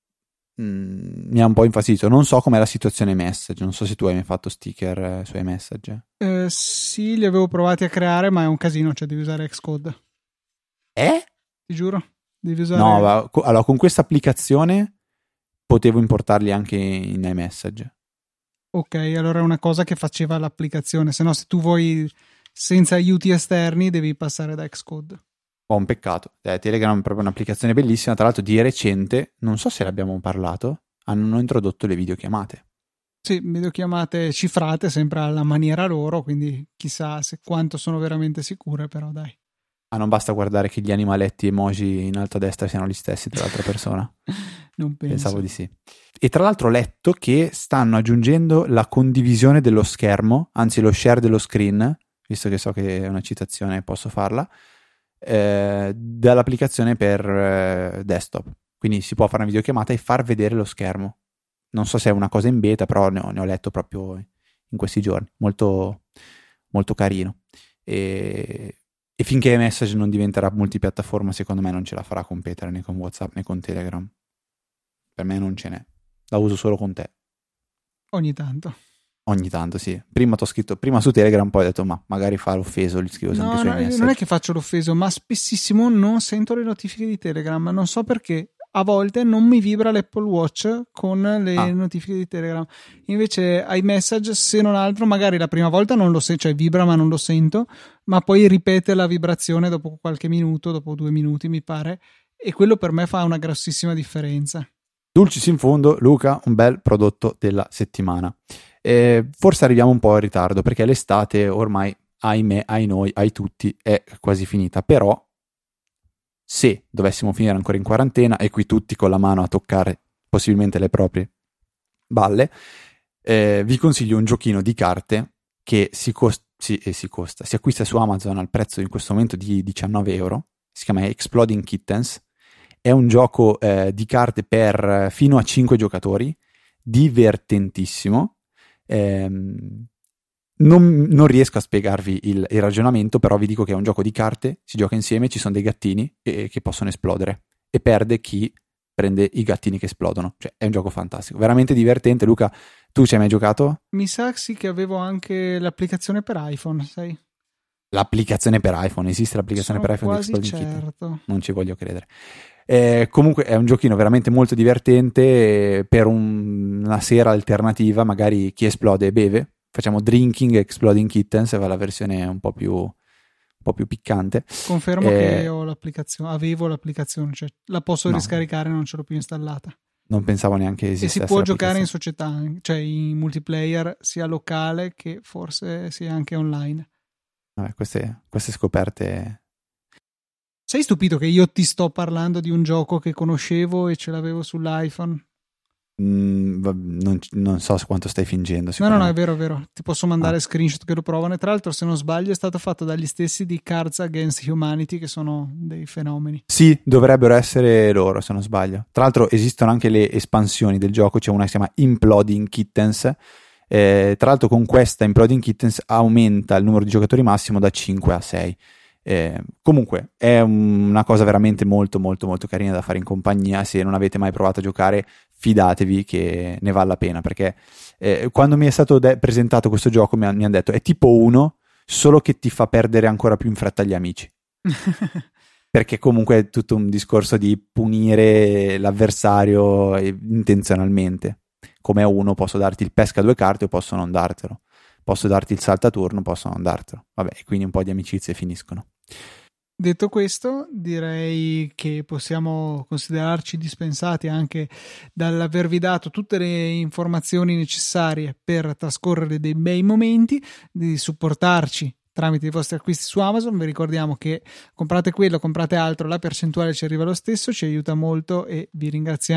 mm, mi ha un po' infastidito. Non so com'è la situazione message, non so se tu hai mai fatto sticker eh, su iMessage. Eh, sì, li avevo provati a creare, ma è un casino, cioè devi usare Xcode. Eh? Ti giuro, devi usare... No, ma, co- allora con questa applicazione potevo importarli anche in iMessage. Ok, allora è una cosa che faceva l'applicazione, se no se tu vuoi senza aiuti esterni devi passare da Xcode. Oh, un peccato. Eh, Telegram è proprio un'applicazione bellissima. Tra l'altro, di recente, non so se l'abbiamo parlato, hanno introdotto le videochiamate. Sì, videochiamate cifrate sempre alla maniera loro, quindi chissà se quanto sono veramente sicure, però dai. Ah, non basta guardare che gli animaletti emoji in alto a destra siano gli stessi dell'altra persona. Non penso. Pensavo di sì. E tra l'altro ho letto che stanno aggiungendo la condivisione dello schermo, anzi lo share dello screen, visto che so che è una citazione posso farla, eh, dall'applicazione per eh, desktop. Quindi si può fare una videochiamata e far vedere lo schermo. Non so se è una cosa in beta, però ne ho, ne ho letto proprio in questi giorni. Molto, molto carino. E, e finché iMessage non diventerà multipiattaforma, secondo me non ce la farà competere né con WhatsApp né con Telegram. Per me non ce n'è. La uso solo con te. Ogni tanto. Ogni tanto, sì. Prima ti ho scritto, prima su Telegram, poi ho detto, ma magari fa l'offeso, gli scrivo sempre No, su no, iMessage. non è che faccio l'offeso, ma spessissimo non sento le notifiche di Telegram. Non so perché. A volte non mi vibra l'Apple Watch con le Ah. notifiche di Telegram. Invece iMessage, se non altro, magari la prima volta non lo sento, cioè vibra ma non lo sento, ma poi ripete la vibrazione dopo qualche minuto, dopo due minuti mi pare, e quello per me fa una grossissima differenza. Dulcis in fondo, Luca, un bel prodotto della settimana. Eh, forse arriviamo un po' in ritardo perché l'estate ormai, ahimè, ai noi, ai tutti, è quasi finita. Però, se dovessimo finire ancora in quarantena e qui tutti con la mano a toccare possibilmente le proprie balle, eh, vi consiglio un giochino di carte che si, cost- si, eh, si costa, si acquista su Amazon al prezzo in questo momento di diciannove euro. Si chiama Exploding Kittens. È un gioco eh, di carte per fino a cinque giocatori, divertentissimo. Ehm, non, non riesco a spiegarvi il, il ragionamento, però vi dico che è un gioco di carte, si gioca insieme, ci sono dei gattini che, che possono esplodere e perde chi prende i gattini che esplodono. Cioè, è un gioco fantastico, veramente divertente. Luca, tu ci hai mai giocato? Mi sa sì che avevo anche l'applicazione per iPhone, sai? L'applicazione per iPhone, esiste l'applicazione Sono per iPhone quasi di Exploding Kittens? certo. Non ci voglio credere. Eh, comunque è un giochino veramente molto divertente, eh, per un, una sera alternativa, magari chi esplode beve, facciamo Drinking Exploding Kittens, va la versione un po' più, un po' più piccante. Confermo Eh, che ho l'applicazione, avevo l'applicazione, cioè la posso no, riscaricare, non ce l'ho più installata. non pensavo neanche E esistesse si può giocare in l'applicazione. società, cioè in multiplayer, sia locale che forse sia anche online. Vabbè, queste, queste scoperte. Sei stupito che io ti sto parlando di un gioco che conoscevo e ce l'avevo sull'iPhone? Mm, va- non, non so quanto stai fingendo. No, no, no, è Sicuramente. vero, è vero. Ti posso mandare Ah. screenshot che lo provano. E tra l'altro, se non sbaglio, è stato fatto dagli stessi di Cards Against Humanity, che sono dei fenomeni. Sì, dovrebbero essere loro, se non sbaglio. Tra l'altro esistono anche le espansioni del gioco, c'è una che si chiama Imploding Kittens. Eh, tra l'altro con questa Imploding Kittens aumenta il numero di giocatori massimo da cinque a sei. Eh, comunque è un- una cosa veramente molto molto molto carina da fare in compagnia. Se non avete mai provato a giocare, fidatevi che ne vale la pena, perché eh, quando mi è stato de- presentato questo gioco mi, han- mi hanno detto è tipo uno, solo che ti fa perdere ancora più in fretta gli amici. Perché comunque è tutto un discorso di punire l'avversario intenzionalmente. Come a uno posso darti il pesca a due carte o posso non dartelo. Posso darti il saltaturno, posso non dartelo. Vabbè, quindi un po' di amicizie finiscono. Detto questo, direi che possiamo considerarci dispensati anche dall'avervi dato tutte le informazioni necessarie per trascorrere dei bei momenti, di supportarci tramite i vostri acquisti su Amazon. Vi ricordiamo che comprate quello, comprate altro, la percentuale ci arriva lo stesso, ci aiuta molto e vi ringraziamo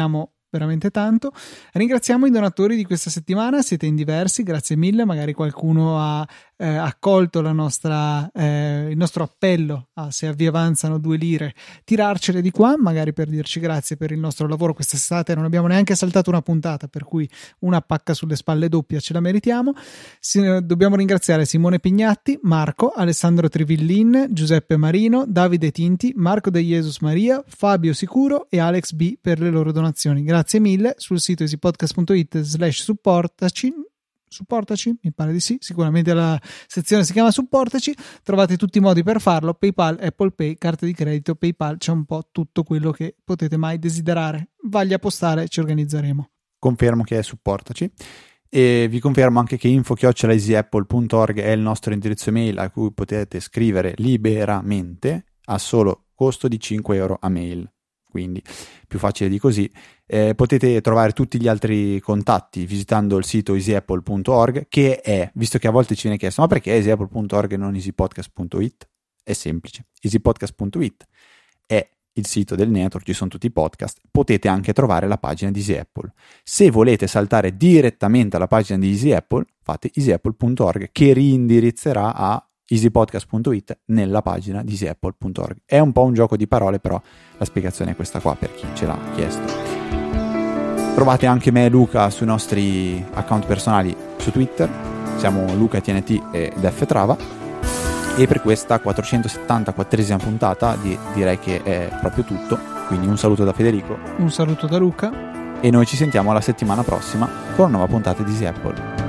veramente tanto. Ringraziamo i donatori di questa settimana, siete in diversi, grazie mille, magari qualcuno ha eh, accolto la nostra, eh, il nostro appello a, se vi avanzano due lire, tirarcele di qua, magari per dirci grazie per il nostro lavoro. Quest'estate non abbiamo neanche saltato una puntata, per cui una pacca sulle spalle doppia ce la meritiamo. Si, dobbiamo ringraziare Simone Pignatti, Marco, Alessandro Trivillin, Giuseppe Marino, Davide Tinti, Marco De Jesus Maria, Fabio Sicuro e Alex B per le loro donazioni. Grazie mille. Sul sito easypodcast punto it slash supportaci supportaci, mi pare di sì, sicuramente la sezione si chiama supportaci, trovate tutti i modi per farlo, PayPal, Apple Pay, carte di credito, PayPal, c'è un po' tutto quello che potete mai desiderare. Vaglia postale, ci organizzeremo. Confermo che è supportaci. E vi confermo anche che info chiocciola easyapple punto org è il nostro indirizzo email a cui potete scrivere liberamente a solo costo di cinque euro a mail, quindi più facile di così. Eh, potete trovare tutti gli altri contatti visitando il sito easyapple punto org, che è, visto che a volte ci viene chiesto ma perché easyapple punto org e non easypodcast punto it? È semplice, easypodcast punto it è il sito del network, ci sono tutti i podcast, potete anche trovare la pagina di Easy Apple. Se volete saltare direttamente alla pagina di Easy Apple, fate easyapple punto org che riindirizzerà a easypodcast punto it nella pagina di easyapple punto org. È un po' un gioco di parole, però la spiegazione è questa qua per chi ce l'ha chiesto. Trovate anche me e Luca sui nostri account personali su Twitter, siamo Luca T N T e Def Trava, e per questa quattrocentosettantaquattresima puntata di, direi che è proprio tutto, quindi un saluto da Federico, un saluto da Luca e noi ci sentiamo la settimana prossima con una nuova puntata di Easy Apple.